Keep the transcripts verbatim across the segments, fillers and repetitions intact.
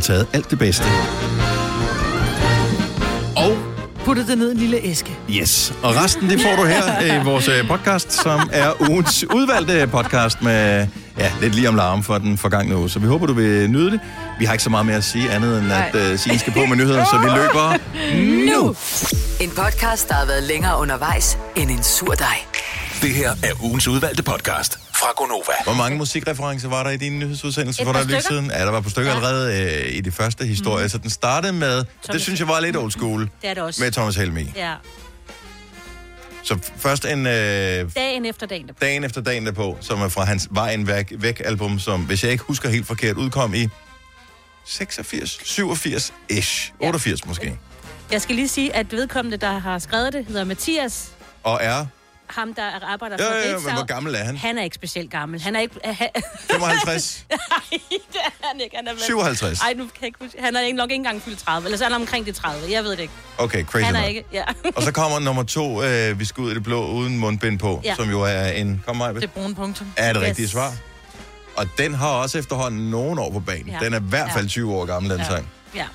taget alt det bedste. Og puttet det ned i en lille æske. yes, og resten det får du her i vores podcast, som er ugens udvalgte podcast med ja, lidt lige om larm for den forgangne uge. Så vi håber, du vil nyde det. Vi har ikke så meget mere at sige andet, end at uh, Signe skal på med nyheder, så vi løber nu. En podcast, der har været længere undervejs end en sur dej. Det her er ugens udvalgte podcast fra Gonova. Hvor mange musikreferencer var der i din nyhedsudsendelse Et for par dig lidt stykker. siden? Ja, der var på stykker ja. allerede øh, i de første historier. Mm. Så den startede med, Thomas det synes jeg var lidt old school, Det er det også. med Thomas Helmig. Ja. Så først en... Øh, Dagen efter dagen. derpå. dagen efter dagen derpå, som er fra hans Vejen Væk, Væk-album, som, hvis jeg ikke husker helt forkert, udkom i seksogfirs, syvogfirs-ish, Ja. otteogfirs måske. Jeg skal lige sige, at vedkommende, der har skrevet det, hedder Mathias. Og er... Ham, der arbejder Ja, for ja, ja, Ritzau. men hvor gammel er han? Han er ikke specielt gammel. Han er ikke... Han... femoghalvtreds? Nej, det er han ikke. Han er vel- syvoghalvtreds? Ej, nu kan jeg ikke huske. Han er ikke- nok ikke engang fyldt tredive. Eller så er han omkring de tredive. Jeg ved det ikke. Okay, crazy Han er nok. ikke... Ja. Og så kommer nummer to, øh, vi skal ud i det blå uden mundbind på, Ja. som jo er en... Kom mig, Det er brune punktum. er det Yes. rigtige svar. Og den har også efterhånden nogle år på banen. Ja. Den er i hvert fald Ja. tyve år gammel, den Ja. sang. Ja.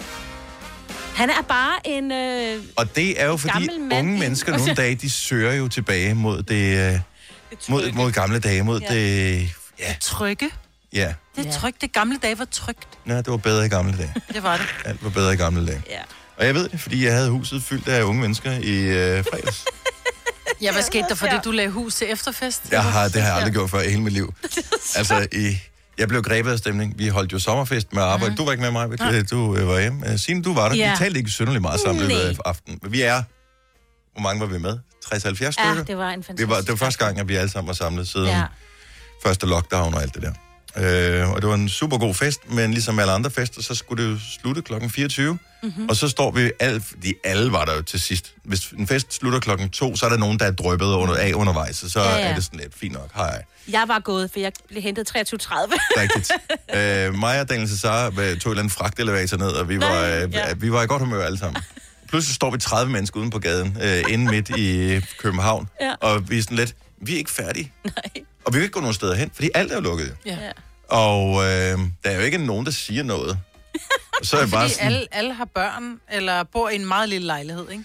Han er bare en... Øh, Og det er jo fordi gammel mand unge i- mennesker nogle dage, de søger jo tilbage mod det... Øh, mod, mod gamle dage, mod Ja. det... Ja, Trygge. ja. Det er Ja. trygt. Det gamle dage var trygt. Nå, det var bedre i gamle dage. Det var det. Alt var bedre i gamle dage. ja. Og jeg ved det, fordi jeg havde huset fyldt af unge mennesker i øh, fredags. Ja, hvad skete der for det, du lagde hus til efterfest? Jeg har, det har jeg aldrig gjort før i hele mit liv. Altså, i, jeg blev grebet af stemning. Vi holdt jo sommerfest med arbejde. Mm. Du var ikke med mig, ja. Du øh, var hjemme. Signe, du var der. Ja. Vi talte ikke synderligt meget sammen i Nej. løbet af aftenen. Men vi er... Hvor mange var vi med? tres til halvfjerds Ja, stykker? det var en fantastisk... Det var, det var første gang, at vi alle sammen var samlet siden Ja. ja. første lockdown og alt det der. Øh, og det var en super god fest, men ligesom alle andre fester, så skulle det jo slutte klokken fireogtyve. Mm-hmm. Og så står vi, alle, de alle var der jo til sidst. Hvis en fest slutter klokken to, så er der nogen, der er drøbet under, af undervejs, så Ja, ja. er det sådan lidt fint nok. Hej. Jeg var gået, for jeg blev hentet treogtyve tredive. Rigtigt. øh, mig og Daniel Cesar tog et eller andet fragtelevator ned, og vi var, Nej, øh, ja. vi var i godt humør alle sammen. Pludselig står vi tredive mennesker uden på gaden, øh, inde midt i København, Ja. og vi er sådan lidt, vi er ikke færdige. Nej. Og vi kan ikke gå nogen steder hen, fordi alt er jo lukket. Ja. Ja. Og øh, der er jo ikke nogen, der siger noget. Og så er jeg bare Fordi sådan, alle, alle har børn, eller bor i en meget lille lejlighed, ikke?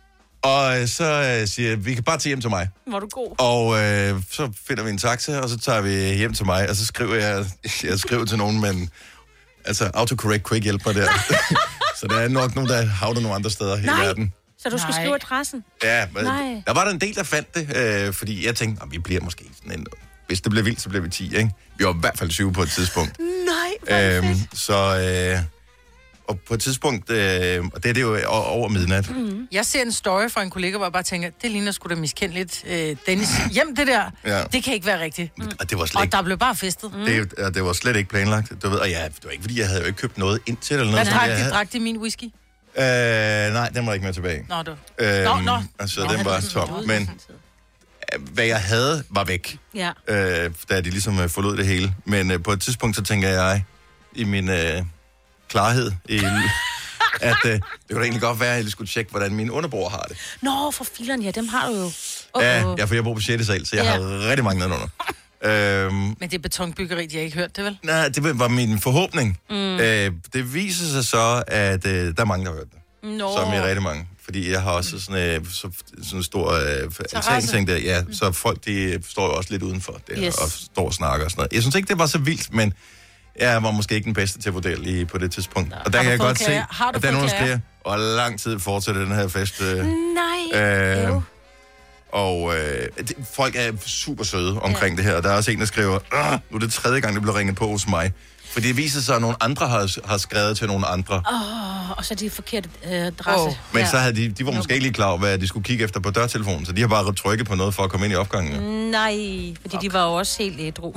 og øh, så øh, siger jeg, vi kan bare tage hjem til mig. Var du god? Og øh, så finder vi en taxa, og så tager vi hjem til mig, og så skriver jeg, jeg skriver til nogen, men altså autocorrect kunne ikke hjælpe mig der. Så der er nok nogen, der havner nogle andre steder i Nej. verden. Så du skulle Nej. skrive adressen? Ja, men Nej. der var der en del, der fandt det, øh, fordi jeg tænkte, vi bliver måske sådan en... Hvis det bliver vildt, så bliver vi ti, ikke? Vi var i hvert fald syv på et tidspunkt. Nej, Øhm, så... Øh, og på et tidspunkt, øh, og det er det jo o- over midnat. Mm. Jeg ser en story fra en kollega, hvor jeg bare tænker, det ligner sgu da miskendeligt. Øh, Dennis, hjem det der. Ja. Det kan ikke være rigtigt. Mm. Og det var slet Og ikke, der blev bare festet. Mm. det, og det var slet ikke planlagt. Du ved, og ja, det var ikke, fordi jeg havde jo ikke købt noget indtil eller noget. Hvad sådan. drak Jeg de? havde- Drak de min whisky? Øh, nej, den var ikke med tilbage. Nå, du. Øhm, Nå, nå. Altså, Nå, den det var var sådan tom. ud. Men øh, hvad jeg havde, var væk, Ja. øh, da de ligesom øh, forlod det hele. Men øh, på et tidspunkt, så tænker jeg, i min øh, klarhed, i, at øh, det kunne da egentlig godt være, at jeg lige skulle tjekke, hvordan mine underbror har det. Nå, for fileren, ja, dem har du jo. Uh-oh. Ja, ja, for jeg bor på sjette sal, så jeg Ja. har rigtig mange nedenunder. øhm, Men det er betonbyggeri, de har ikke hørt det, vel? nej, det var min forhåbning. Mm. Øh, det viser sig så, at øh, der er mange, der har hørt det. Nå. Som er rigtig mange. Fordi jeg har også sådan, øh, så, sådan en stor øh, altan-ting der. Ja, så folk, de står jo også lidt udenfor der, Yes. og står og snakker og sådan noget. Jeg synes ikke, det var så vildt, men jeg var måske ikke den bedste til at vurdere lige på det tidspunkt. Nå. Og der Har kan du jeg fået godt klager? se, Har du at der er fået nogen, der klager? skriver, og lang tid fortsætter den her fest. Øh, Nej. øh, Jo. og øh, det, folk er super søde omkring ja. det her. Og der er også en, der skriver, nu er det tredje gang, det bliver ringet på hos mig. Fordi det viser sig, at nogle andre har, har skrevet til nogle andre. Åh, og så er de forkerte øh, adresse. Åh. Men Ja. så havde de, de var måske ikke lige klar over, hvad de skulle kigge efter på dørtelefonen. Så de har bare trykket på noget for at komme ind i opgangen. Nej, fordi okay. de var jo også helt ædru.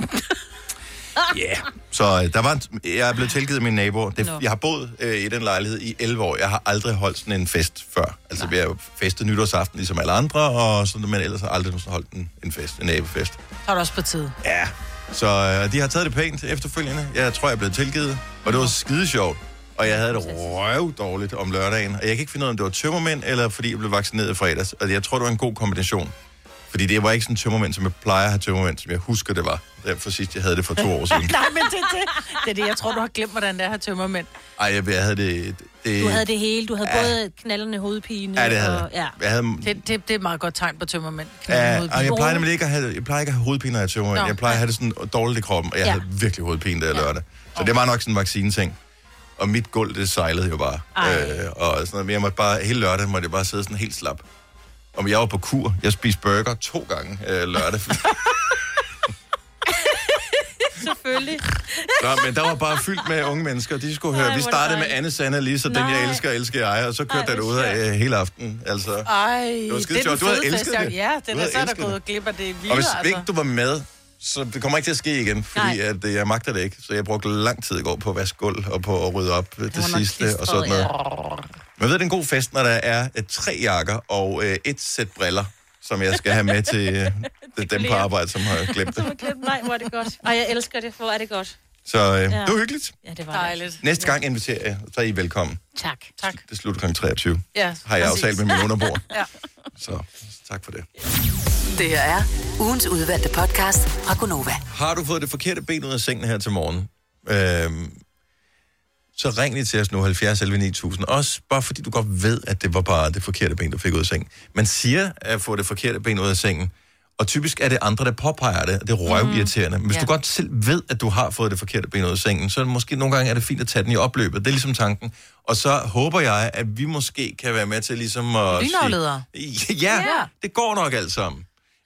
Ja, yeah. Så øh, der var en, jeg er blevet tilgivet af mine naboer. Det, Nå. jeg har boet øh, i den lejlighed i elleve år. Jeg har aldrig holdt sådan en fest før. Altså, Nej. vi har jo festet nytårsaften ligesom alle andre, og sådan, men ellers har jeg aldrig nogensinde holdt en, en fest, en nabofest. Så er det også på tide. Ja, så øh, de har taget det pænt efterfølgende. Jeg tror, jeg er blevet tilgivet, og det var skide sjovt. Og jeg havde det røv dårligt om lørdagen. Og jeg kan ikke finde ud af, om det var tømmermænd, eller fordi jeg blev vaccineret i fredags. Og jeg tror, det var en god kombination. Fordi det var ikke sådan tømmermænd, som jeg plejer at have tømmermænd, som jeg husker, det var. Derfor sidst, jeg havde det for to år siden. Nej, men det, det, det er det. Jeg tror, du har glemt, hvordan det er at have tømmermænd. Ej, jeg, jeg havde det, det... Du havde det hele. Du havde ja. både knaldende hovedpine. Ja, det havde og, ja. jeg. Havde... Det, det, det er et meget godt tegn på tømmermænd. Ja, og jeg plejer nemlig ikke at have, jeg plejer ikke at have hovedpine, når jeg er tømmermænd. Jeg plejer at have det sådan dårligt i kroppen, og jeg ja. havde virkelig hovedpine, da jeg ja. lørdag. Så det var nok sådan en vaccineting. Og mit gulv, det sejlede jo bare. Øh, og sådan noget. Men jeg måtte bare, hele lørdag måtte jeg bare sidde sådan helt slap. Og jeg var på kur. Jeg spiste burger to gange øh, lørdag. Selvfølgelig. Nå, men der var bare fyldt med unge mennesker. De skulle høre. Vi startede med Anne, Sanne, Lisa, den jeg elsker, elsker jeg. Og så kørte det ud af hele aften. Altså, Ej, det var skide det er sjovt. Du havde elsket det. Ja, det er så der gået glip af det vilde. Og hvis altså. ikke du var med, så det kommer ikke til at ske igen, fordi at, øh, jeg magter det ikke. Så jeg brugte lang tid i går på at vaske gulv og på at rydde op det, det sidste klistret, og sådan noget. Ja. Men ved, det er en god fest, når der er et, tre jakker og øh, et sæt briller, som jeg skal have med til øh, det, dem på arbejde, som har glemt det. Nej, hvor er det godt. Ej, jeg elsker det. Hvor er det godt. Så øh, ja. det var hyggeligt. Ja, det var dejligt. Det. Næste gang inviterer jeg, så er I velkommen. Tak. Tak. Det slutter klokken treogtyve. Ja, har jeg aftalt med min underbord. Ja. Så tak for det. Det her er ugens udvalgte podcast fra Gonova. Har du fået det forkerte ben ud af sengen her til morgen? Øhm, så ring lige til os nu, halvfjerds elleve ni tusind. Også bare fordi du godt ved, at det var bare det forkerte ben, du fik ud af sengen. Man siger at få det forkerte ben ud af sengen, og typisk er det andre, der påpeger det, og det er røvirriterende. Men hvis ja. du godt selv ved, at du har fået det forkerte ben ud af sengen, så er det måske nogle gange er det fint at tage den i opløbet. Det er ligesom tanken. Og så håber jeg, at vi måske kan være med til ligesom at Lynafledere. sige... Ja, ja, det går nok alt sammen.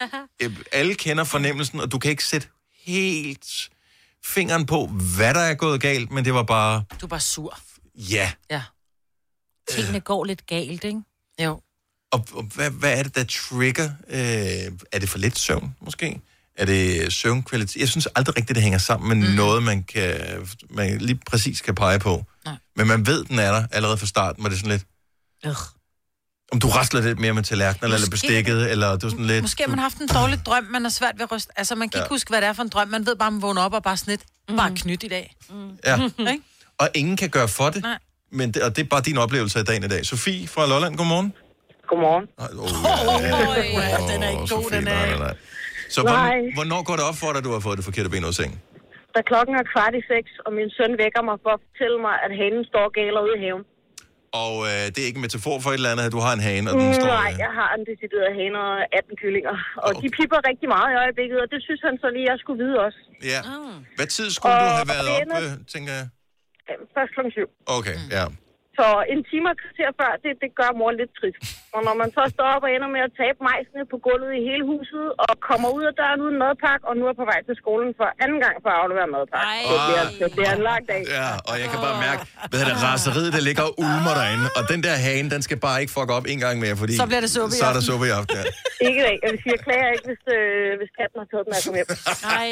Alle kender fornemmelsen, og du kan ikke sætte helt fingeren på, hvad der er gået galt, men det var bare... Du er bare sur. Ja. Ja. Tingene går lidt galt, ikke? Jo. Og, og hvad, hvad er det, der trigger? Øh, er det for lidt søvn, måske? Er det søvnkvalitet? Jeg synes aldrig rigtigt, det hænger sammen med mm. noget, man, kan, man lige præcis kan pege på. Nej. Men man ved, den er der allerede fra starten, var det sådan lidt... Øh. Om du rasler lidt mere med tallerkener, eller bestikket, eller du sådan lidt... Måske man har haft en dårlig drøm, man er svært ved at ryste. Altså, man kan ja. ikke huske, hvad det er for en drøm. Man ved bare, man vågner op og bare sådan lidt, mm. bare knyt i dag. Mm. Ja. Og ingen kan gøre for det. Nej. Men det, og det er bare din oplevelse af dagen i dag. Sofie fra Lolland, godmorgen. Godmorgen. Ej, oh, ja. oh, ja, den er ikke god, den er. Nej, nej. Så hvornår, hvornår går det op for dig, at du har fået det forkerte ben ud af sengen? Da klokken er kvart i seks, og min søn vækker mig for at fortælle mig, at hanen står galt ude i haven. Og øh, det er ikke en metafor for et eller andet, at du har en hane, og den står... Nej, jeg har en decideret hane og atten kyllinger. Og okay. de pipper rigtig meget i øjeblikket, og det synes han så lige, jeg skulle vide også. Ja. Hvad tid skulle og, du have været oppe, ender... tænker jeg? Først klokken syv. Okay, ja. Så en time og kvarter før, det, det gør mor lidt trist. Og når man så står op og ender med at tabe majsene på gulvet i hele huset, og kommer ud af døren uden madpakke, og nu er på vej til skolen for anden gang for at aflevere madpakke. Det bliver, det bliver en lang dag. Ja, og jeg kan bare mærke, hvad det raseriet, der ligger og ulmer derinde. Og den der hane, den skal bare ikke fuck op en gang mere, fordi... Så bliver det suppe i aften. Så er der suppe i aften, ja. Ikke i dag. Jeg vil sige, jeg klager ikke, hvis, øh, hvis katten har taget den, at komme hjem. Nej.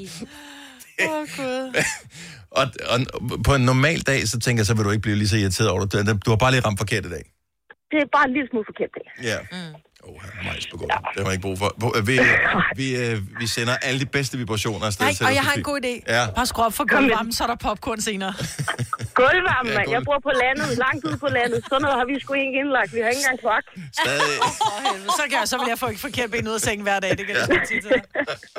Åh, oh, Gud. Og, og på en normal dag, så tænker jeg, så vil du ikke blive lige så irriteret over det. Du har bare lige ramt forkert i dag. Det er bare en lille smule forkert dag. Ja. Mm. Åh, oh, han har majs på gulvet. Ja. Det har man ikke brug for. Vi, vi, vi sender alle de bedste vibrationer afsted Nej, til og jeg har en god idé. Ja. Bare skru op for gulvvarmen, så er der popcorn senere. Gulvvarme, mand. Jeg bor på landet, langt ude på landet. Sådan noget har vi sgu ikke indlagt. Vi har ikke engang kloak. Stadig. Oh, så, kan jeg, så vil jeg få ikke forkert ben ud af sengen hver dag. Det kan jeg ja. sige til dig.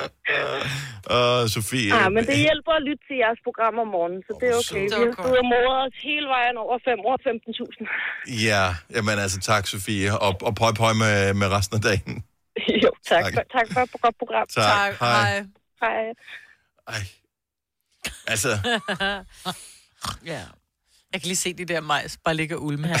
Og Sofie... Ja, men det hjælper at lytte til jeres program om morgenen, så det er okay. Vi har stået og moret os hele vejen over fem år femten tusind. Ja, jamen altså tak, Sofie. Og, og pøj pøj med, med resten af dagen. Jo, tak. Tak, tak for et godt program. Tak. tak. Hej. Hej. Ej. Altså... Ja. Jeg kan lige se de der majs bare ligge og ulme her.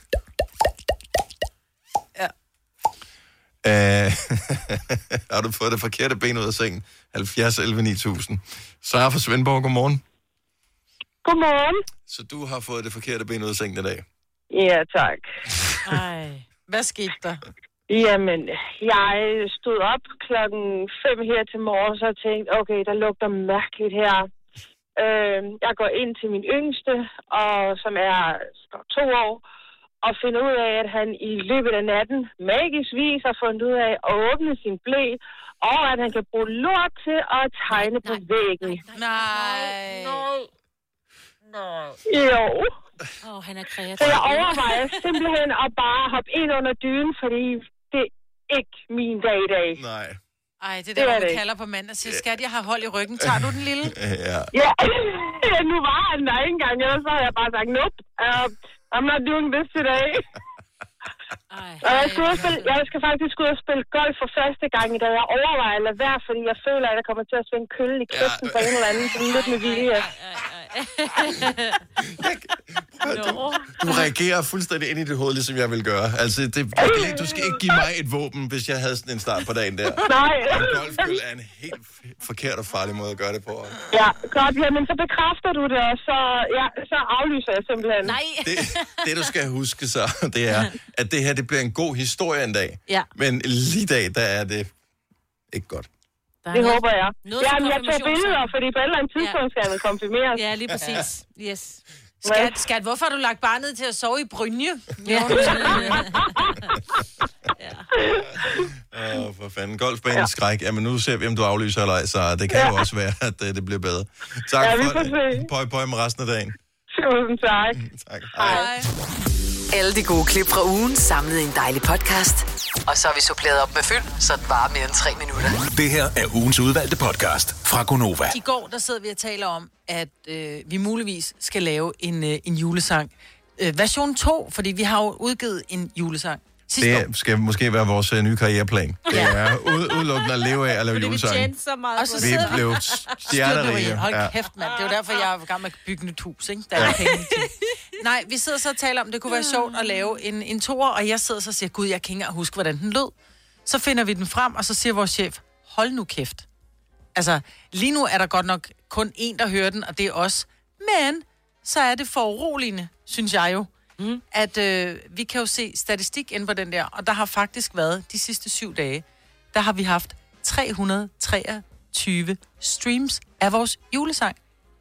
Ja. Uh, har du fået det forkerte ben ud af sengen? halvfjerds elleve ni tusind. Sara fra Svendborg, godmorgen. Godmorgen. Så du har fået det forkerte ben ud af sengen i dag? Ja, tak. Ej, hvad skete der? Jamen, jeg stod op klokken fem her til morgen, og tænkte, okay, der lugter mærkeligt her. Øh, jeg går ind til min yngste, og som er to år, og finder ud af, at han i løbet af natten magisk vis har fundet ud af at åbne sin blæ, og at han kan bruge lort til at tegne nej, på nej, væggen. Nej. Nej. Nej. Jo. Åh, oh, han er kreativ. Så jeg overvejer simpelthen at bare hoppe ind under dynen, fordi det, ikke min dag i dag. Nej. Ej, det er der, hvor vi kalder på mand og siger, skat, jeg har hold i ryggen. Tager du den lille? Ja. Ja, nu var han der ikke engang, ellers så havde jeg bare sagt, nope, uh, I'm not doing this today. Ej, og jeg skal, spille, jeg skal faktisk ud og spille golf for første gang i dag. Jeg overvejer at lade være, fordi jeg føler, at jeg kommer til at svinge kølle i kæften ja. på en eller anden, sådan lidt med vilje. Du, du reagerer fuldstændig ind i dit hoved, ligesom jeg vil gøre. Altså, det, du skal ikke give mig et våben, hvis jeg havde sådan en start på dagen der. Nej. En golfkølle er en helt forkert og farlig måde at gøre det på. Ja, godt. Jamen, så bekræfter du det, og så, ja, så aflyser jeg simpelthen. Nej. Det, det, du skal huske så, det er, at det her, det bliver en god historie en dag. Ja. Men lige i dag, der er det ikke godt. Det noget, håber jeg. Jamen, jeg tager billeder, fordi på et eller andet tidspunkt skal jeg konfirmeres. Ja, lige præcis. Yes. Skat, skat, hvorfor har du lagt barnet til at sove i Brynje? Ja. Åh, oh, for fanden. Golfbanens ja. skræk. Jamen, nu ser vi, om du aflyser eller ej, så det kan ja. jo også være, at uh, det bliver bedre. Tak ja, for det. Pøj, pøj med resten af dagen. Tusind tak. tak. Hej. Hej. Alle de gode klip fra ugen samlet i en dejlig podcast. Og så har vi suppleret op med fyld, så det varer mere end tre minutter. Det her er ugens udvalgte podcast fra Gonova. I går, der sidder vi og taler om, at øh, vi muligvis skal lave en, øh, en julesang. Øh, version to, fordi vi har jo udgivet en julesang. Det år. skal måske være vores uh, nye karriereplan. Det er ud, udelukkende at leve af at lave julesange. Så meget og så vi blev stjernerige. Hold kæft, mand. Det er jo derfor, jeg er i gang med at bygge et hus, ikke? Der er penge til. Nej, vi sidder så og taler om, det kunne være sjovt at lave en, en toer, og jeg sidder så og siger, gud, jeg kan ikke engang huske, hvordan den lød. Så finder vi den frem, og så siger vores chef, hold nu kæft. Altså, lige nu er der godt nok kun én, der hører den, og det er os. Men så er det foruroligende, synes jeg jo. Mm. At øh, vi kan jo se statistik inde på den der, og der har faktisk været de sidste syv dage, der har vi haft tre hundrede og treogtyve streams af vores julesang.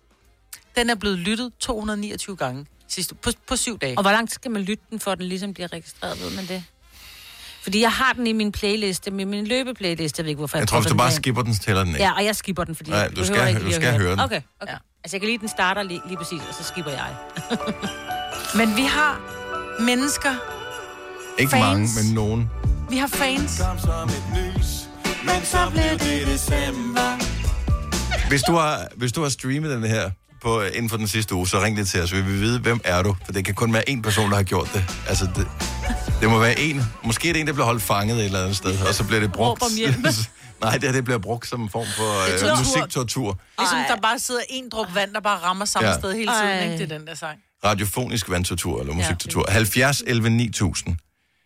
Den er blevet lyttet to hundrede og niogtyve gange sidste, på, på syv dage. Og hvor langt skal man lytte den, for at den ligesom bliver registreret, ved man det? Fordi jeg har den i min playliste, med min løbeplayliste, jeg ved ikke, hvorfor jeg Jeg tror, hvis du bare skipper den, så tæller den ikke. Ja, og jeg skipper den, fordi Nej, du skal, ikke du skal høre den. Okay, okay. Ja. Altså, jeg kan lide, den starter lige, lige præcis, og så skipper jeg. Men vi har mennesker. Ikke fans. Mange, men nogen. Vi har fans. Kom som et lys, men så blev det december. Hvis du har, hvis du har streamet den her på, inden for den sidste uge, så ring det til os. Vi vil vide, hvem er du? For det kan kun være én person, der har gjort det. Altså, det, det må være en. Måske er det en, der bliver holdt fanget et eller andet sted, og så bliver det brugt. Nej, det her det bliver brugt som en form for øh, musiktortur. Ligesom der bare sidder en dråbe vand, der bare rammer samme ja. sted hele tiden, Ej. ikke? Det er den der sang. Radiofonisk vandtortur, eller musiktortur. Ja. halvfjerds elleve ni tusind.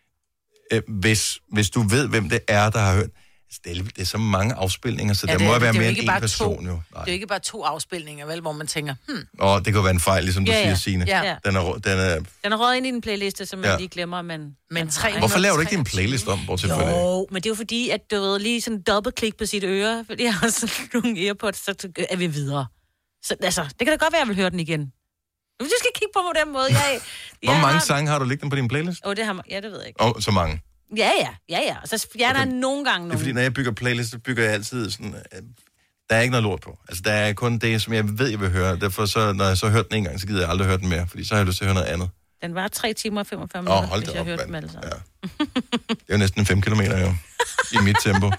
Øh, hvis, hvis du ved, hvem det er, der har hørt. Det er, det er så mange afspilninger, så ja, der må det, være mere end en person. Jo. Det er jo ikke bare to afspilninger, vel, hvor man tænker, hmm. Åh, det kan være en fejl, ligesom du ja, siger, ja. Signe. Ja. Den er, den er... Den er røget ind i en playliste, som man ja. lige glemmer, men... men tre Hvorfor laver du ikke din playlist om, bortset fra det? Jo, men det er jo fordi, at du ved, lige sådan dobbeltklik på sit øre, fordi jeg har sådan nogle earpods, så er vi videre. Så altså, det kan da godt være, at jeg vil høre den igen. Du skal kigge på mig på den måde. Jeg, Hvor mange har... sange har du liggende på din playlist? Åh, oh, det har ja, det ved jeg ikke. Åh, oh, så mange. Ja, ja, ja, ja. Og så fjerner okay. jeg nogle gange nogle. Det er fordi, når jeg bygger playlist, så bygger jeg altid sådan... Øh, der er ikke noget lort på. Altså, der er kun det, som jeg ved, jeg vil høre. Derfor, så, når jeg så har hørt den en gang, så gider jeg aldrig høre den mere. Fordi så har jeg lyst til at høre noget andet. Den var tre timer og femogfyrre minutter, oh, hold hvis jeg op, hørte dem alle sammen. Ja. Det er jo næsten fem kilometer, jo. I mit tempo.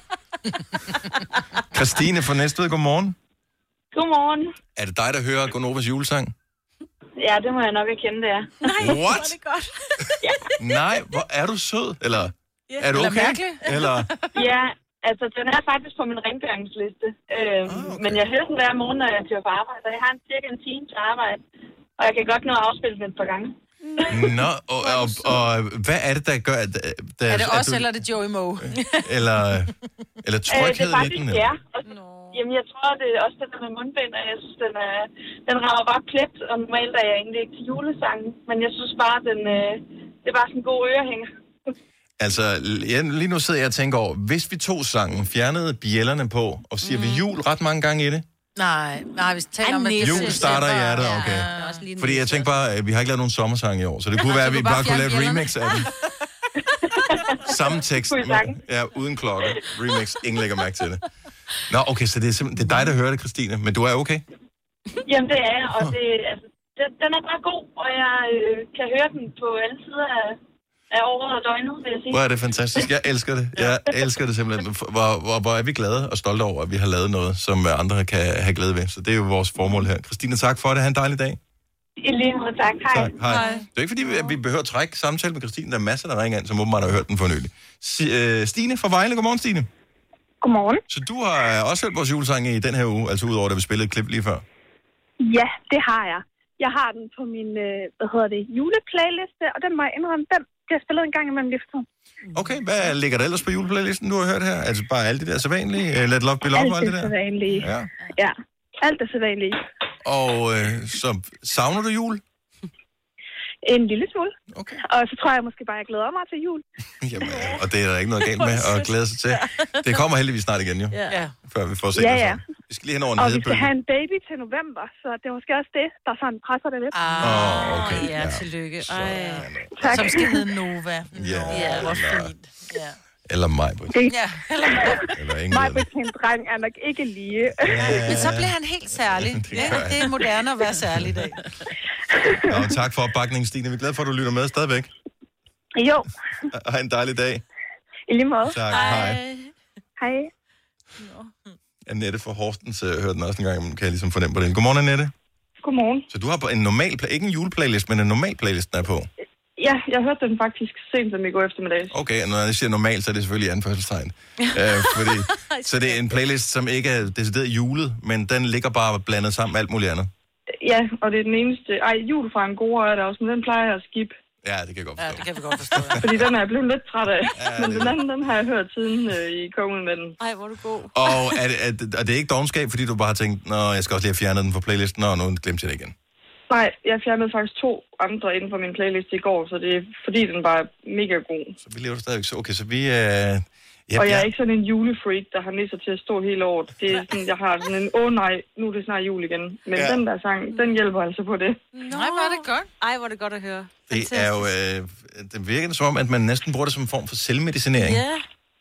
Christine fra Næstved, godmorgen. Godmorgen. Er det dig, der hører Gonovas julesang? Ja, det må jeg nok erkende, det er. Nej, What? det godt. ja. Nej, hvor er du sød? Eller ja, er du eller okay? mærkelig. Eller? Ja, altså den er faktisk på min rengøringsliste. Øhm, ah, okay. Men jeg hører den hver morgen, når jeg kører på arbejde. Og jeg har en cirka en time til arbejde. Og jeg kan godt nå at afspille den et par gange. Nå, og, og, og hvad er det, der gør... At, der, er det os, du, eller er det Joey Moe? eller, eller tryghed øh, det er i den? faktisk, ja. No. Jamen, jeg tror, det er også det der med mundbind, og jeg synes, den, er, den rammer bare plet, og normalt er jeg egentlig ikke til julesangen, men jeg synes bare, den, øh, det er bare sådan en god ørehænger. Altså, jeg, lige nu sidder jeg og tænker over, hvis vi tog sangen, fjernede bjællerne på, og siger mm. vi jul ret mange gange i det? Nej, nej, vi taler om, at jul starter i hjertet, okay. Ja. Fordi jeg tænker bare, at vi har ikke lavet nogen sommersang i år, så det kunne være, at vi bare kunne lave et remix af den. Samme tekst, men, ja, uden klokke. Remix, ingen lægger mærke til det. Nå, okay, så det er simpelthen, det er dig, der hører det, Christine, men du er okay? Jamen, det er jeg, og det, altså, den, den er bare god, og jeg øh, kan høre den på alle sider af, af året og døgnet, vil jeg sige. Hvor er det fantastisk. Jeg elsker det. Jeg elsker det simpelthen. Hvor, hvor, hvor er vi glade og stolte over, at vi har lavet noget, som andre kan have glæde ved. Så det er jo vores formål her. Christine, tak for det. Ha' en dejlig dag. I lige måde, tak. Hej. Tak. Hej. Hej. Det er ikke, fordi vi, vi behøver at trække samtale med Christine. Der er masser, der ringer ind, som åbenbart har hørt den for nylig. S- øh, Stine fra Vejle. Godmorgen, Stine. Godmorgen. Så du har også hørt vores julesang i den her uge, altså udover, da vi spillede et klip lige før? Ja, det har jeg. Jeg har den på min, øh, hvad hedder det, juleplayliste, og den må jeg indrømme, den bliver spillet en gang imellem lige for tiden. Okay, hvad ligger der ellers på juleplaylisten, du har hørt her? Altså bare alt det der sædvanlige? Let Love Be Love og alt det der? Alt det sædvanlige. Ja. Ja, alt det sædvanlige. Og øh, så savner du jul? En lille smule. Okay. Og så tror jeg måske bare, jeg glæder mig til jul. Jamen, og det er der ikke noget galt med at glæde sig til. Det kommer heldigvis snart igen, jo. Ja. Før vi får set Ja, det ja. så. Vi skal lige hen over en Og vi skal hedebølge. have en baby til november, så det er måske også det, der sådan presser det lidt. Ah, Åh, okay, Ja, ja. tillykke. Så, Ej. Tak. som skal hedde Nova. Ja, Ja, hvor eller- fint. Ja. Eller mig, Britt. Ja, eller Eller ingen Mig ved med det. sin dreng er nok ikke lige. Men så bliver han helt særlig. Det Ja, gør han. det er moderne at være særlig i dag. Nå, tak for opbakningen, Stine. Vi er glade for, at du lytter med stadigvæk. Jo, Ha' en dejlig dag. i lige måde. Tak. Hej. Hej. Annette fra Horstens øh, hørte den også en gang, kan jeg ligesom fornemme på det. Godmorgen, Annette. Godmorgen. Så du har en normal, pla- ikke en juleplaylist, men en normal playlist, der er på. Ja, jeg hørte den faktisk sent som i går eftermiddag. Okay, og når jeg siger normal, så er det selvfølgelig i anførselstegn. øh, fordi, så det er en playlist, som ikke er decideret julet, men den ligger bare blandet sammen med alt muligt andet. Ja, og det er den eneste... Ej, jul fra en god er der også, men den plejer jeg at skippe. Ja, det kan jeg godt Ja, forstå. det kan vi godt forstå. Ja. Fordi den er jeg blevet lidt træt af. Ja, Men det- den anden, den har jeg hørt siden øh, I kom med den. Ej, hvor er du god. Og er det, er, det, er det ikke dovenskab, fordi du bare har tænkt, nå, jeg skal også lige have fjernet den fra playlisten, og nu glemte jeg det igen? Nej, jeg fjernede faktisk to andre inden for min playlist i går, så det er fordi, den bare er mega god. Så vi lever stadigvæk så. Okay, så vi... Øh, ja, Og jeg er ja. ikke sådan en julefreak, der har nisser til at stå hele året. Det er sådan, jeg har sådan en, åh oh, nej, nu er det snart jul igen. Men Ja. ja. den der sang, den hjælper altså på det. Nej, hvor er det godt. Ej, hvor er det godt at høre. Det er jo... Øh, det virker som om, at man næsten bruger det som en form for selvmedicinering. Ja.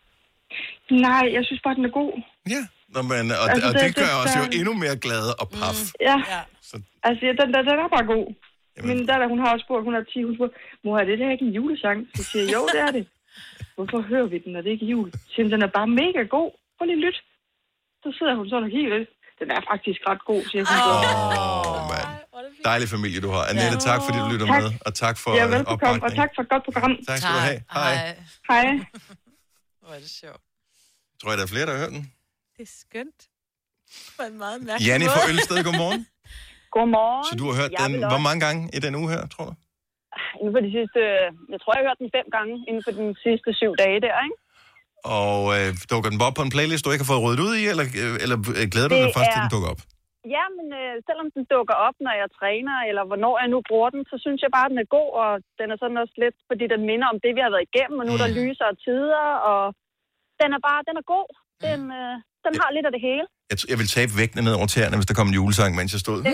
Nej, jeg synes bare, den er god. Ja. Nå, men, og, Altså, og det- det gør det- os jo der- endnu mere glade og paf. Mm. Ja, Ja. Så, altså ja, den, den, den er bare god. Jamen. Min datter, hun har også spurgt, hun er ti, hun spurgte, mor, er det der ikke en julesang? Så siger jeg, jo, det er det. Hvorfor hører vi den, når det ikke er jul? Så siger hun, den er bare mega god. Prøv lige lyt. Så sidder hun sådan og helt lidt. Den er faktisk ret god, siger hun. Åh, Oh. mand. Dejlig familie, du har. Annette, tak fordi du lytter Tak. med, og tak for Ja, øh, velbekomme, og opbakningen. tak for et godt program. Tak skal du have. Hej. Hej. Hvor er det sjovt. Tror jeg, der er flere, der har hørt den? Det er skønt. På en meget mærkelig Janni måde. fra Ølsted, godmorgen. Godmorgen. Så du har hørt Jeg den vil også- hvor mange gange i den uge her, tror du? Inden for de sidste... Jeg tror, jeg har hørt den fem gange inden for de sidste syv dage der, ikke? Og øh, dukker den bare op på en playlist, du ikke har fået ryddet ud i, eller, øh, eller øh, glæder du Det dig først, til er- den dukker op? Ja, men øh, selvom den dukker op, når jeg træner, eller hvornår jeg nu bruger den, så synes jeg bare, at den er god, og den er sådan også lidt, fordi den minder om det, vi har været igennem, og nu er der lysere tider, og den er bare, den er god. Den, øh, den har lidt af det hele. Jeg, t- jeg vil tabe vægtene ned over tæerne, hvis der kom en julesang, mens jeg stod.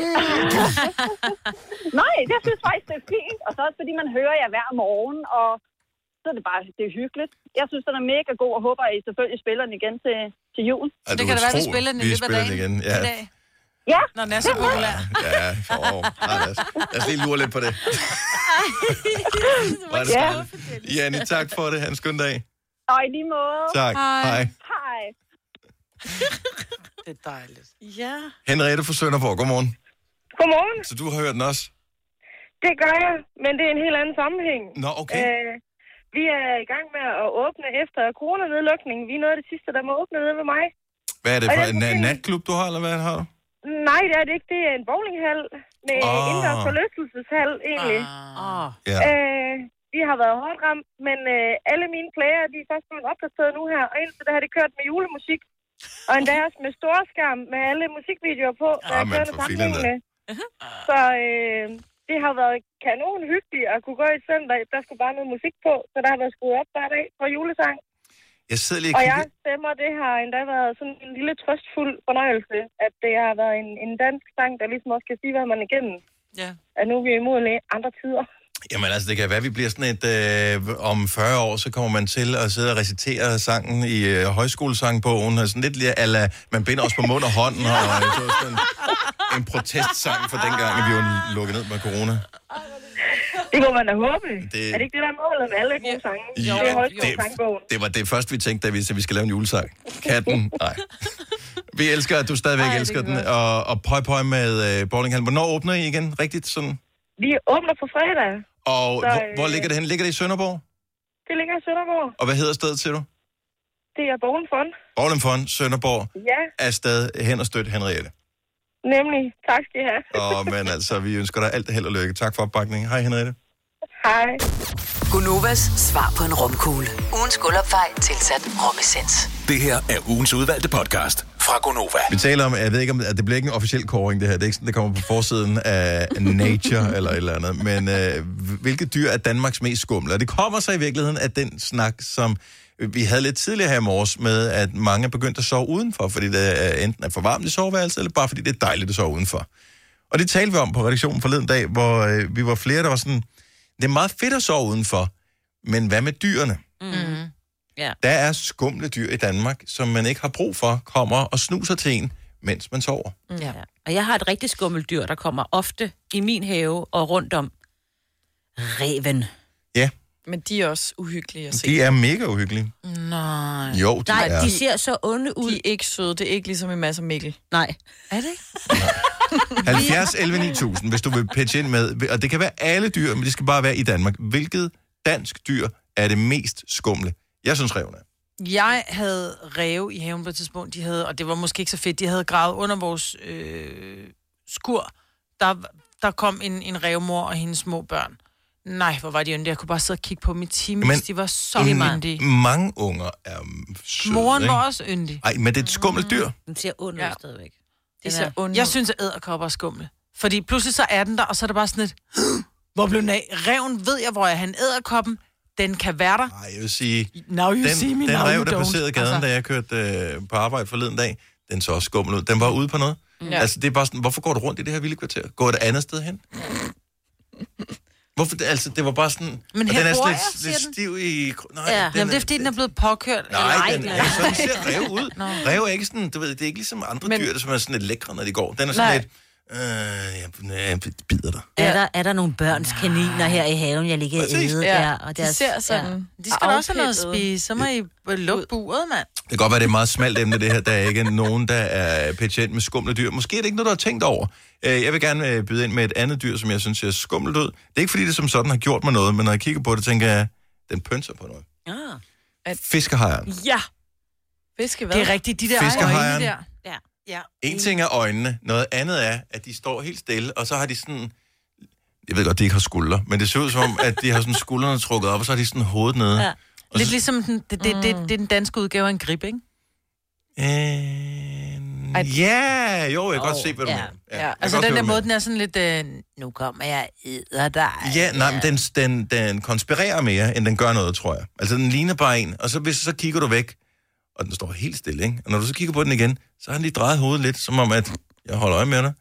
Nej, det synes jeg faktisk, det er fint. Og så også fordi man hører jer hver morgen, og så er det bare, det er hyggeligt. Jeg synes, den er mega god, og håber, at I selvfølgelig spiller den igen til, til jul. Så det kan da være, vi spiller den i løbet af dagen. igen. Ja, I dag, Ja, når den er så populær. ja for, oh, lad, os, lad os lige lure lidt på det. Var det Ja. skønt. Janni, tak for det. Ha' en skøn dag. og i lige måde. Tak. Hej. Hej. Hej. Det er dejligt. Ja. Henriette fra Sønderborg, godmorgen. Godmorgen. Så du har hørt den også? Det gør jeg, men det er en helt anden sammenhæng. Nå, okay. Øh, vi er i gang med at åbne efter coronanedlukningen. Vi er noget af det sidste, der må åbne nede ved mig. Hvad er det og for jeg en kunne na- se- natklub, du har, eller hvad har du? Nej, det er det ikke. Det er en bowlinghal med Ah. oh. indendørs forlystelseshal, egentlig. Ah. Ja. Øh, vi har været hårdt ramt, men øh, alle mine player, de er først blevet opdateret nu her. Og indtil det har det kørt med julemusik. Og endda også med storskærm med alle musikvideoer på. der Ah, er men kørende for filan da. sammenhængende. Så øh, det har været kanon hyggeligt at kunne gå i søndag. Der skulle bare noget musik på, så der har været skruet op hver dag på julesang. Jeg sidder lige og Og kigger... jeg stemmer, det har endda været sådan en lille trøstfuld fornøjelse, at det har været en, en dansk sang, der ligesom også kan sige, hvad man er igennem. Ja. At nu er vi imod andre tider. Jamen altså, det kan være, at vi bliver sådan et... Øh, om fyrre år, så kommer man til at sidde og recitere sangen i øh, højskolesangbogen. Og sådan lidt a la, man binder os på mund og hånden. Og øh, så sådan en, en protestsang for dengang, vi var lukket ned med corona. Det må man da håbe. Det... Er det ikke det, der er målet med alle gode sange? Jo, det er højst det, sangbogen. det var det første, vi tænkte, da vi, vi skal lave en julesang. Katten, nej. Vi elsker, at du stadigvæk Ej, elsker den. Og, og pøj pøj med uh, bowlinghallen. Hvornår åbner I igen? Rigtigt sådan? Vi åbner på fredag. Og så, hvor, hvor ligger det hen? Ligger det i Sønderborg? Det ligger i Sønderborg. Og hvad hedder stedet, siger du? Det er Bowling Fun. Bowling Fun, Sønderborg. Ja. Er stadig hen og støt Henriette. Nemlig. Tak skal I have. Og men altså, vi ønsker dig alt held og lykke. Tak for opbakningen. Hej Henriette. Hej. Gunovas svar på en romkugle. Ugens guldopfej tilsat romessens. Det her er ugens udvalgte podcast fra Gonova. Vi taler om, jeg ved ikke om, at det bliver ikke en officiel kåring det her. Det er ikke sådan, det kommer på forsiden af Nature eller et eller andet. Men øh, hvilket dyr er Danmarks mest skumle? Og det kommer så i virkeligheden af den snak, som vi havde lidt tidligere her i morges med, at mange er begyndt at sove udenfor, fordi det er enten er for varmt i soveværelset, eller bare fordi det er dejligt at sove udenfor. Og det talte vi om på redaktionen forleden dag, hvor øh, vi var flere, der var sådan, det er meget fedt at sove udenfor, men hvad med dyrene? Mm. Ja. Der er skumle dyr i Danmark, som man ikke har brug for, kommer og snuser til en, mens man sover. Mm. Ja. Og jeg har et rigtig skummelt dyr, der kommer ofte i min have og rundt om. Ræven. Ja. Men de er også uhyggelige at se. De er mega uhyggelige. Nej. Jo, de Nej, er. de ser så onde ud. De er ikke søde. Det er ikke ligesom en masse Mikkel. Nej. Er det ikke? halvfjerds elleve ni tusind, hvis du vil pitche ind med. Og det kan være alle dyr, men det skal bare være i Danmark. Hvilket dansk dyr er det mest skumle? Jeg synes ræven er. Jeg havde ræve i haven på et tidspunkt, de havde, og det var måske ikke så fedt, de havde gravet under vores øh, skur. Der, der kom en, en rævemor og hendes små børn. Nej, hvor var de yndige. Jeg kunne bare sidde og kigge på mit team, men de var så yndige. Mange unger er søde, Moren ikke? var også yndig. Nej, men det er et skummelt dyr. Den ser ond ud Ja. stadigvæk. De ser onde. Jeg synes, at æderkopper er skumle. Fordi pludselig så er den der, og så er det bare sådan et... Hvor blev den af? Ræven ved jeg, hvor jeg har en æderkoppen. Den kan være der. Nej, jeg vil sige... Now you den, see me, den now rev, you der don't. passerede gaden, altså. Da jeg kørte øh, på arbejde forleden dag, den så også skummel ud. Den var ude på noget. Ja. Altså, det er bare sådan, hvorfor går du rundt i det her vilde kvarter? Går et andet sted hen? Hvorfor? Det, altså, det var bare sådan... Men og her den er bor lidt, jeg, lidt den. stiv i... Nej, Ja. den Jamen, det er fordi, den er blevet påkørt. Nej, eller den ej. er sådan, ser rev ud. Rev er ikke sådan, du ved, det er ikke ligesom andre Men- dyr, der som er sådan lidt lækre, når de går. Den er sådan Nej. lidt... Øh, jeg, jeg bider dig. Er der, er der nogle børns kaniner her i haven, jeg ligger og Præcis. æde Ja, der? Og de ser sådan... Ja. De skal da også have noget at afpillede. spise. Så må I lukke buret, mand. Det kan godt være, det er et meget smalt emne, det her. Der er ikke nogen, der er patient med skumle dyr. Måske er det ikke noget, du har tænkt over. Øh, Jeg vil gerne øh, byde ind med et andet dyr, som jeg synes ser skummelt ud. Det er ikke, fordi det som sådan har gjort mig noget, men når jeg kigger på det, tænker jeg, den pønser på noget. Ah. Fiskehejren. Ja. Fiske hvad? Det er rigtigt, de der Fiskehejren. øjne der. Ja. Ja. En ting er øjnene, noget andet er, at de står helt stille, og så har de sådan... Jeg ved godt, de ikke har skuldre, men det ser ud som om, at de har sådan skuldrene trukket op, og så har de sådan hovedet nede. Ja. Og Lidt så, ligesom den, det, det, det, det er den danske udgave af en grib, ikke? øh, ja, jo, jeg kan godt se, hvad du ja. mener. Ja, jeg kan Altså godt den se, der hvad du måde, mener. den er sådan lidt, øh, nu kommer jeg æder dig. Ja, nej, men den, den, den konspirerer mere, end den gør noget, tror jeg. Altså, den ligner bare en, og så, hvis, så kigger du væk, og den står helt stille, ikke? Og når du så kigger på den igen, så har den lige drejet hovedet lidt, som om, at jeg holder øje med dig.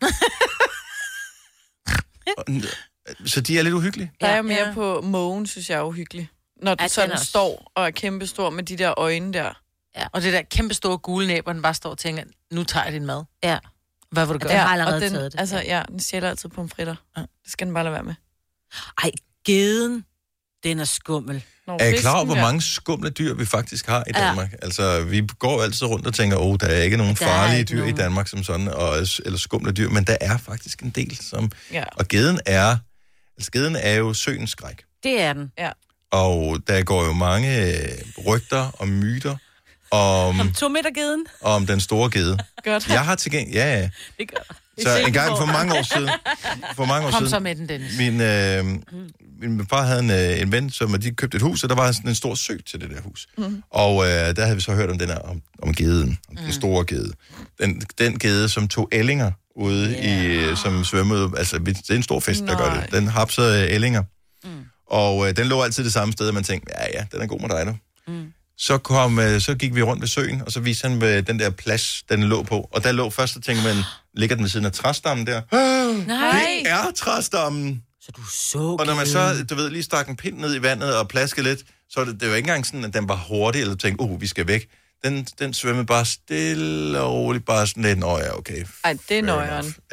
Og den- så de er lidt uhyggelige. Der er jo Ja. mere på mågen, synes jeg er uhyggelig. Når den Ja, sådan den også. står og er kæmpestor med de der øjne der. Ja. Og det der kæmpe store gule næb, hvor den bare står og tænker, nu tager jeg din mad. Ja. Hvad vil du gøre? Den har allerede og den, taget det. Altså, ja, den stjæler altid pomfritter. Ja. Det skal den bare lade være med. Ej, geden, den er skummel. Når Er I klar over, fisken hvor der- mange skumle dyr vi faktisk har i Ja. Danmark? Altså, vi går altid rundt og tænker, åh, oh, der er ikke nogen Der er farlige ikke dyr nogen. i Danmark som sådan, og, eller skumle dyr, men der er faktisk en del, som... Ja. Og geden er... Altså, geden er jo søens skræk. Det er den. Ja. Og der går jo mange øh, rygter og myter om, Om to meter geden. om den store gede. Godt. Jeg har til gengæld... Ja, ja. Det gør det. Så en gang for mange år siden... For mange år Kom så siden... med den, Dennis. Min, øh, min far havde en, øh, en ven, som de købte et hus, og der var sådan en stor sø til det der hus. Mm. Og øh, der havde vi så hørt om den her, om, om geden, om den store gede. Den, den gede, som tog ællinger ude yeah. i, som svømmede, altså det er en stor fisk, der gør Nej. det. Den hapsede ællinger. Mm. Og øh, den lå altid det samme sted, og man tænkte, ja ja, den er god med dig nu. Mm. Så, kom, øh, så gik vi rundt ved søen, og så viste han øh, den der plads, den lå på. Og der lå først, så tænkte man, ligger den ved siden af træstammen der? Nej. Det er træstammen! Så du så Og når man geden. så, du ved, lige stak en pind ned i vandet og plaskede lidt, så var det, det var ikke engang sådan, at den var hurtig, eller tænkte, uh, vi skal væk. Den, den svømmede bare stille og roligt, bare sådan lidt, åh ja, okay. Ej, det er fair nøjeren. enough. Ja.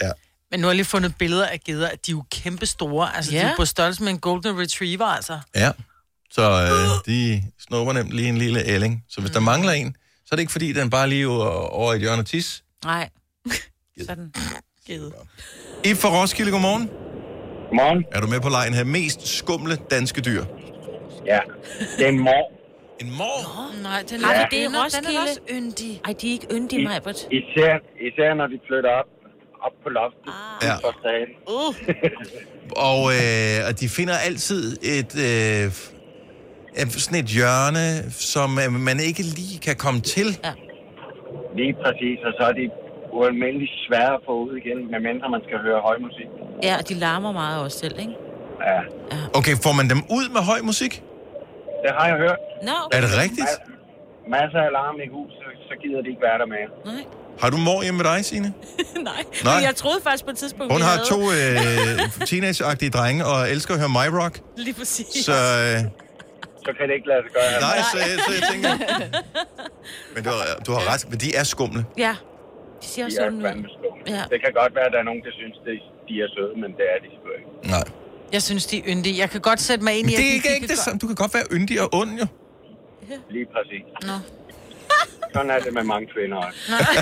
Men nu har jeg lige fundet billeder af geder, at de er jo kæmpe store. Altså, Ja. de er på størrelse med en golden retriever, altså. Ja, så øh, de snupper nemt lige en lille ælling. Så hvis der mangler en, så er det ikke fordi, den bare lige er over i et hjørne og tis. Nej. Sådan. Gede. I fra Roskilde, godmorgen. Godmorgen. Er du med på lejen her? Mest skumle danske dyr? Ja, det er en mor. En mor? Oh, nej, den Har er, de det i den er, den Roskilde? er også yndig. Ej, de er ikke yndige, Majbert. Især, især når de flytter op, op på loftet. Ah. Ja. For sagen. Uh. Og, øh, og de finder altid et, øh, sådan et hjørne, som øh, man ikke lige kan komme til. Ja. Lige præcis, og så er de ualmindeligt svære at få ud igen, medmindre man skal høre høj musik. Ja, og de larmer meget også selv, ikke? Ja, Okay, får man dem ud med høj musik? det har jeg hørt. Nå, Er det rigtigt? Ma- masser af larm i huset, så gider de ikke være der mere. nej. Har du mor hjemme med dig, Signe? Nej. Nej. Men jeg troede faktisk på et tidspunkt, Hun vi har havde... to øh, teenageagtige drenge og elsker at høre My Rock. Lige præcis. Så øh, Så kan det ikke lade sig gøre. nej, så, så jeg tænker... Men du har, du har ret, men de er skumle. Ja. De siger De også er sådan fandme ud. skumle. Ja. Det kan godt være, at der er nogen, der synes, at de er søde, men det er de sgu ikke. Nej. Jeg synes, de er yndige. Jeg kan godt sætte mig ind Men i, det er at de ikke, fik ikke et det godt- samme. Du kan godt være yndig og ond, jo. Lige præcis. Nå. Sådan er det med mange kvinder også.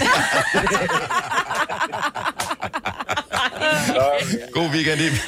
God weekend, Ib.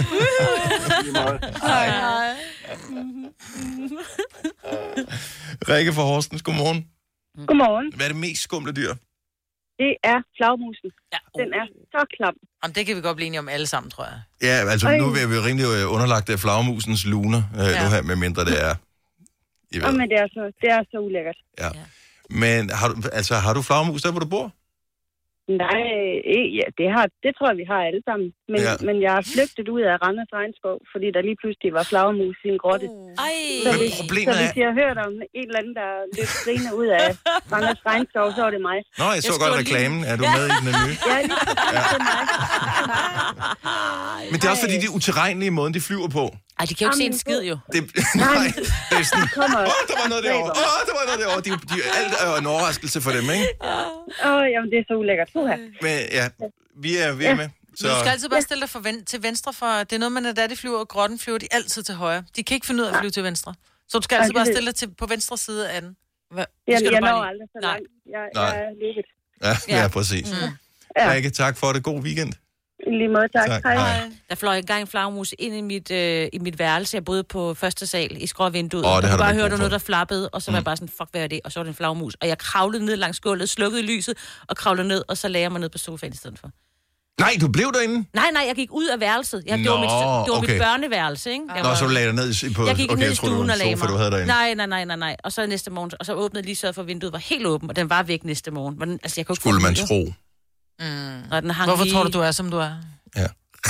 Rikke fra Horsens, godmorgen. Godmorgen. Hvad er det mest skumle dyr? Det er flagmusen. Ja, Den er så klam. Jamen, det kan vi godt blive enige om alle sammen, tror jeg. Ja, altså nu er vi rimelig øh, underlagt af flagmusens luner, øh, ja. nu her, med mindre det er... I ved. Oh, men det er så, det er så ulækkert. Ja. Men har du, altså, har du flagmus der, hvor du bor? Nej, øh, ja, det, har, det tror jeg, vi har alle sammen. Men, Ja. ja. men jeg er flygtet ud af Randers Regnskov, fordi der lige pludselig var flagermus i en grotte. Ej. Så Men hvis, problemet så er- hvis jeg har hørt om en eller anden, der løb skrigende ud af Randers Regnskov, så er det mig. Nå, jeg så Jeg godt skriver reklamen. Er du med i den nye? Ja, lige præcis, det er mig. Men det er også fordi, de er utilregnelige i måden, de flyver på. Ej, de kan jo ikke se en skid, jo. Det, nej, det er sådan... Kommer Åh, oh, der var noget derovre. Åh, oh, der var noget derovre. De, de, alt er jo en overraskelse for dem, ikke? Åh, oh, jamen det er så ulækkert. Puha. Men ja, vi er, vi er med. Så... Du skal altid bare stille dig for ven- til venstre, for det er noget med, at da de flyver, og grotten flyver de altid til højre. De kan ikke finde ud af at flyve til venstre. Så du skal altid det bare ved- stille dig til, på venstre side af den. Hvad? Jeg, skal du jeg bare når lige- aldrig så Nej. langt. Jeg, Nej. jeg er ligget. Ja, ja, præcis. Mm. Ja. Rikke, tak for det. God weekend. I lige måde, tak. Tak. Hej. Hej. Der fløj engang en flagmus ind i mit, øh, i mit værelse. Jeg boede på første sal i skråvinduet. Åh, det og har du bare ikke hørte brug for. noget, der flappede, og så var jeg bare sådan, fuck, hvad er det? Og så var det en flagmus. Og jeg kravlede ned langs gulvet, slukkede lyset, og kravlede ned, og så lagde jeg mig ned på sofaen i stedet for. Nej, du blev derinde? Nej, nej, jeg gik ud af værelset. Jeg, det Nå, var, mit, det var okay. mit børneværelse, ikke? Jeg Nå, var- så du lagde dig ned i- på... Jeg gik okay, ned i jeg troede, det stuen var og en lagde sofa, mig. du havde derinde. Nej, nej, nej, nej, nej. Og så næste morgen, og så åbnede lige så for vinduet var helt åben, og den var væk næste morgen. Men, altså, jeg kunne ikke Skulle få man den ud. tro. Når den hang Hvorfor lige... tror du, du er, som du er? Ja.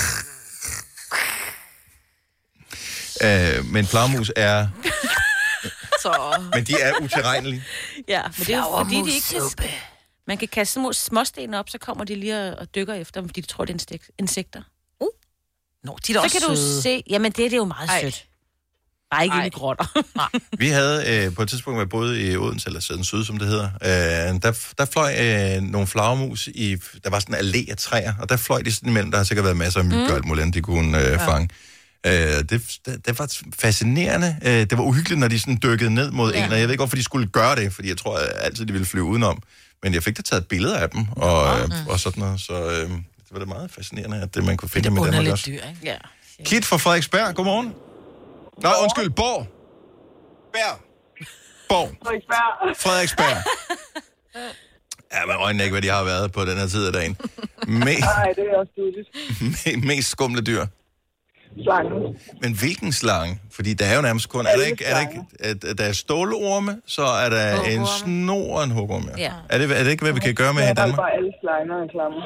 Øh, men flagmus er... Så... Men de er utilregnelige. Ja, men det er jo fordi, de ikke kan... Man kan kaste små småsten op, så kommer de lige og, og dykker efter dem, fordi de tror, det er instek- insekter. Uh. Nå, de er da Så også kan du søde. se... Jamen, det, det er jo meget Ej. sødt. Bare ikke inde i grotter. Vi havde øh, på et tidspunkt været både i Odense, eller Sæden Syd, som det hedder. Øh, der, der fløj øh, nogle flagermus i... Der var sådan en allé af træer, og der fløj de sådan imellem. Der har sikkert været masser af myg og alt muligt, andet, de kunne øh, ja. fange. Øh, det, det, det var fascinerende. Øh, det var uhyggeligt, når de sådan dykkede ned mod ja. en, og jeg ved ikke, hvorfor de skulle gøre det, fordi jeg tror at altid, de ville flyve udenom. Men jeg fik da taget billeder af dem, og, øh, og sådan noget, så øh, det var da meget fascinerende, at det, man kunne finde dem i Danmark også. dyr, ikke? Ja. Kit fra Frederiksberg, godmorgen. Nej, undskyld, Borg. Bær. Borg. Frederiksberg. Frederiksberg. Ja, man øjner ikke, hvad de har været på den her tid af dagen. Me- Nej, det er også tydeligt. me- mest skumle dyr. Slangen. Men hvilken slange? Fordi der er jo nærmest kun... Er der ikke, er der, ikke, at, at der er stålorme, så er der Hugorme. en snor og en hugorme. Ja. Er det, er det ikke, hvad vi kan gøre med her i Danmark? bare alle slanger og klammer.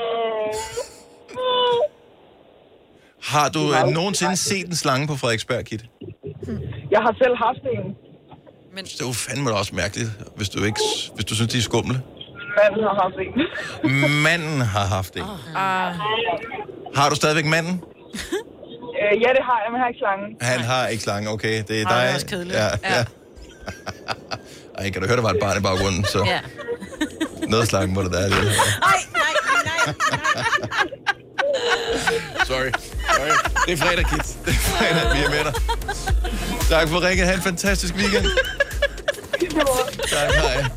Har du øh, nogensinde set en slange på Frederiksberg, Kit? Jeg har selv haft en. Det er jo fandme da også mærkeligt, hvis du, ikke, hvis du synes, de er skumle. Manden har haft en. Manden har haft en. Uh. Har du stadigvæk manden? Øh, ja, det har jeg, men jeg har ikke slangen. Han har ikke slange, okay. Det er Ej, dig. det er også kedeligt. Ja, ja. Ej, kan du høre, der var et barn i baggrunden, så Ja. noget slange må det der. Det. Nej, nej, nej, nej. Sorry. Sorry. Det er fredag, kids. Det er fredag, vi er med dig. Tak for ringet. Ha' en fantastisk weekend. Tak, hej.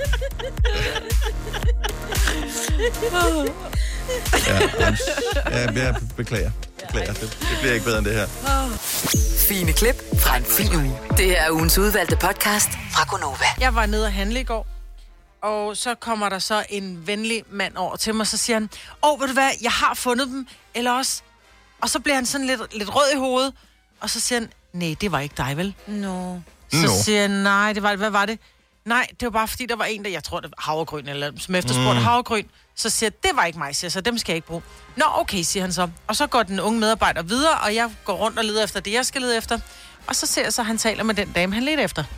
Ja, jeg, jeg beklager. beklager. Det, det bliver ikke bedre end det her. Fine klip fra en fin uge. Det her er ugens udvalgte podcast fra Gonova. Jeg var nede og handle i går, og så kommer der så en venlig mand over til mig, så siger han, åh, ved du hvad, jeg har fundet dem, eller også... Og så bliver han sådan lidt, lidt rød i hovedet, og så siger han, nej, det var ikke dig, vel? No. Så No. siger han, nej, det var, hvad var det? Nej, det var bare fordi, der var en, der, jeg tror, det var havregryn, eller som efterspurgte mm. havregryn. Så siger jeg, det var ikke mig, siger jeg, så dem skal jeg ikke bruge. Nå, okay, siger han så. Og så går den unge medarbejder videre, og jeg går rundt og leder efter det, jeg skal lede efter. Og så ser jeg så, at han taler med den dame, han leder efter.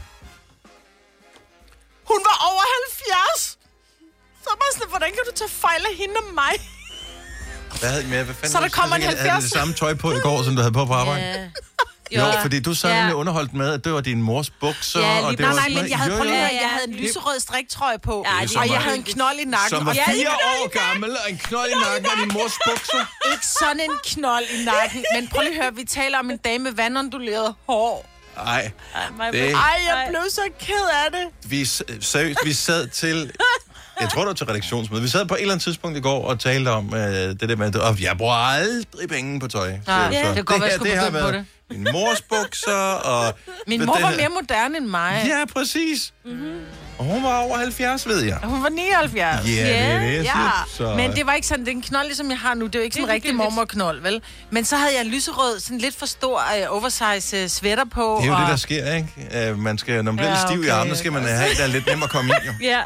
Hun var over halvfjerds! Så var sådan, hvordan kan du tage fejl af hende og mig? Hvad havde med? Hvad fanden? Så der kommer en halvfjerds. Havde det samme tøj på i går, som du havde på på arbejde? Ja. Jo, jo, fordi du sådan ja. underholdt med, at det var din mors bukser. Ja, og det Nej, var nej, sådan, men jeg havde, jo, prøv lige, jo. at høre, jeg havde en lyserød striktrøje på, Ja, og jeg havde en knold i nakken. Som var og jeg fire år gammel, og en knold i nakken og din mors bukser. Ikke sådan en knold i nakken, men prøv lige at høre, vi taler om en dame med vandonduleret hår. Nej, det... Ej, jeg blev så ked af det. Vi, seriøst, vi sad til... Jeg tror, det var til redaktionsmøde. Vi sad på et eller andet tidspunkt i går og talte om øh, det der med, at jeg bruger aldrig penge på tøj. Nej, ja, det kan godt være, jeg skulle har begynde på det. Min mors bukser og... Min mor var mere moderne end mig. Ja, præcis. Mm-hmm. Og hun var over halvfjerds, ved jeg. Hun var nioghalvfjerds. Ja, det er det, jeg ja. siger. Så... Men det var ikke sådan, det er en knold, ligesom jeg har nu. Det er jo ikke sådan en rigtig mormorknold, vel? Men så havde jeg en lyserød, sådan lidt for stor uh, oversize uh, sweater på. Det er jo og... det, der sker, ikke? Uh, man skal, når man bliver Ja, lidt stiv okay, i armene, skal man have der er lidt nemmere at komme i. Jo. Ja.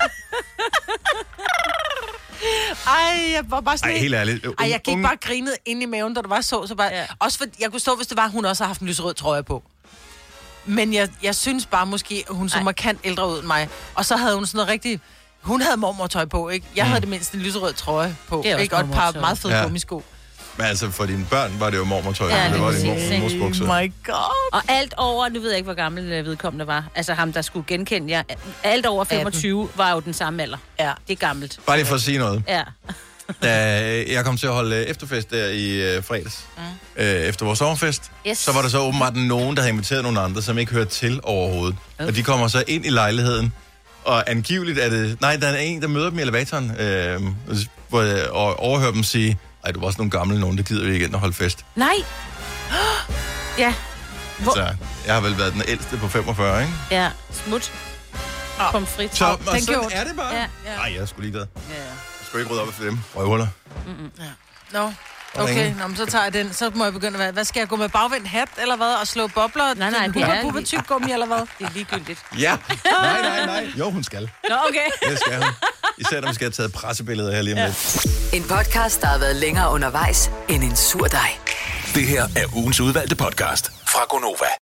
Ej, jeg var bare sådan... Ej, helt ærligt. Ej, jeg gik bare grinet ind i maven, da du var så, så bare... Ja. Også for, jeg kunne stå, hvis det var, hun også har haft en lyserød trøje på. Men jeg, jeg synes bare måske, at hun så markant ældre ud end mig. Og så havde hun sådan noget rigtig... Hun havde mormortøj på, ikke? Jeg mm. havde det mindst en lyserød trøje på, ikke? Og et par meget fede ja. gummisko. Men altså, for dine børn var det jo mormortøj, Ja, det var det din præcis, mor, mors Oh bukser. my god. Og alt over, nu ved jeg ikke, hvor gammel øh, vedkommende var. Altså ham, der skulle genkende jer. Alt over femogtyve var jo den samme alder. Ja. Det er gammelt. Bare lige for at sige noget. Ja. Da jeg kom til at holde efterfest der i øh, fredags, mm. øh, efter vores sommerfest, Yes. så var der så åbenbart nogen, der havde inviteret nogle andre, som ikke hørte til overhovedet. Okay. Og de kommer så ind i lejligheden, og angiveligt er det... Nej, der er en, der møder dem i elevatoren, øh, hvor jeg overhører dem sige, ej, du var også nogle gamle nogen, der gider vi ikke ind og holde fest. Nej. Ja. Hvor... Så jeg har vel været den ældste på femogfyrre, ikke? Ja. Smut. Oh. Pomfrit. Så, og den sådan gjorde- er det bare. Ja. Nej, jeg er sgu ligeglad. Ja. Jeg skal ikke rydde op efter dem. Røvhuller. Mm-mm. Ja. Nå, okay, nå, men så tager jeg den. Så må jeg begynde at være... Hvad skal jeg gå med bagvendt hat, eller hvad? Og slå bobler? Nej, nej, det er... Puppe tyk gummi, eller hvad? Det er ligegyldigt. Ja. Nej, nej, nej. Jo, hun skal. Nå, okay. Det skal hun. Især når man skal have taget pressebilleder her lige om Ja. lidt. En podcast, der har været længere undervejs end en sur dej. Det her er ugens udvalgte podcast fra Gonova.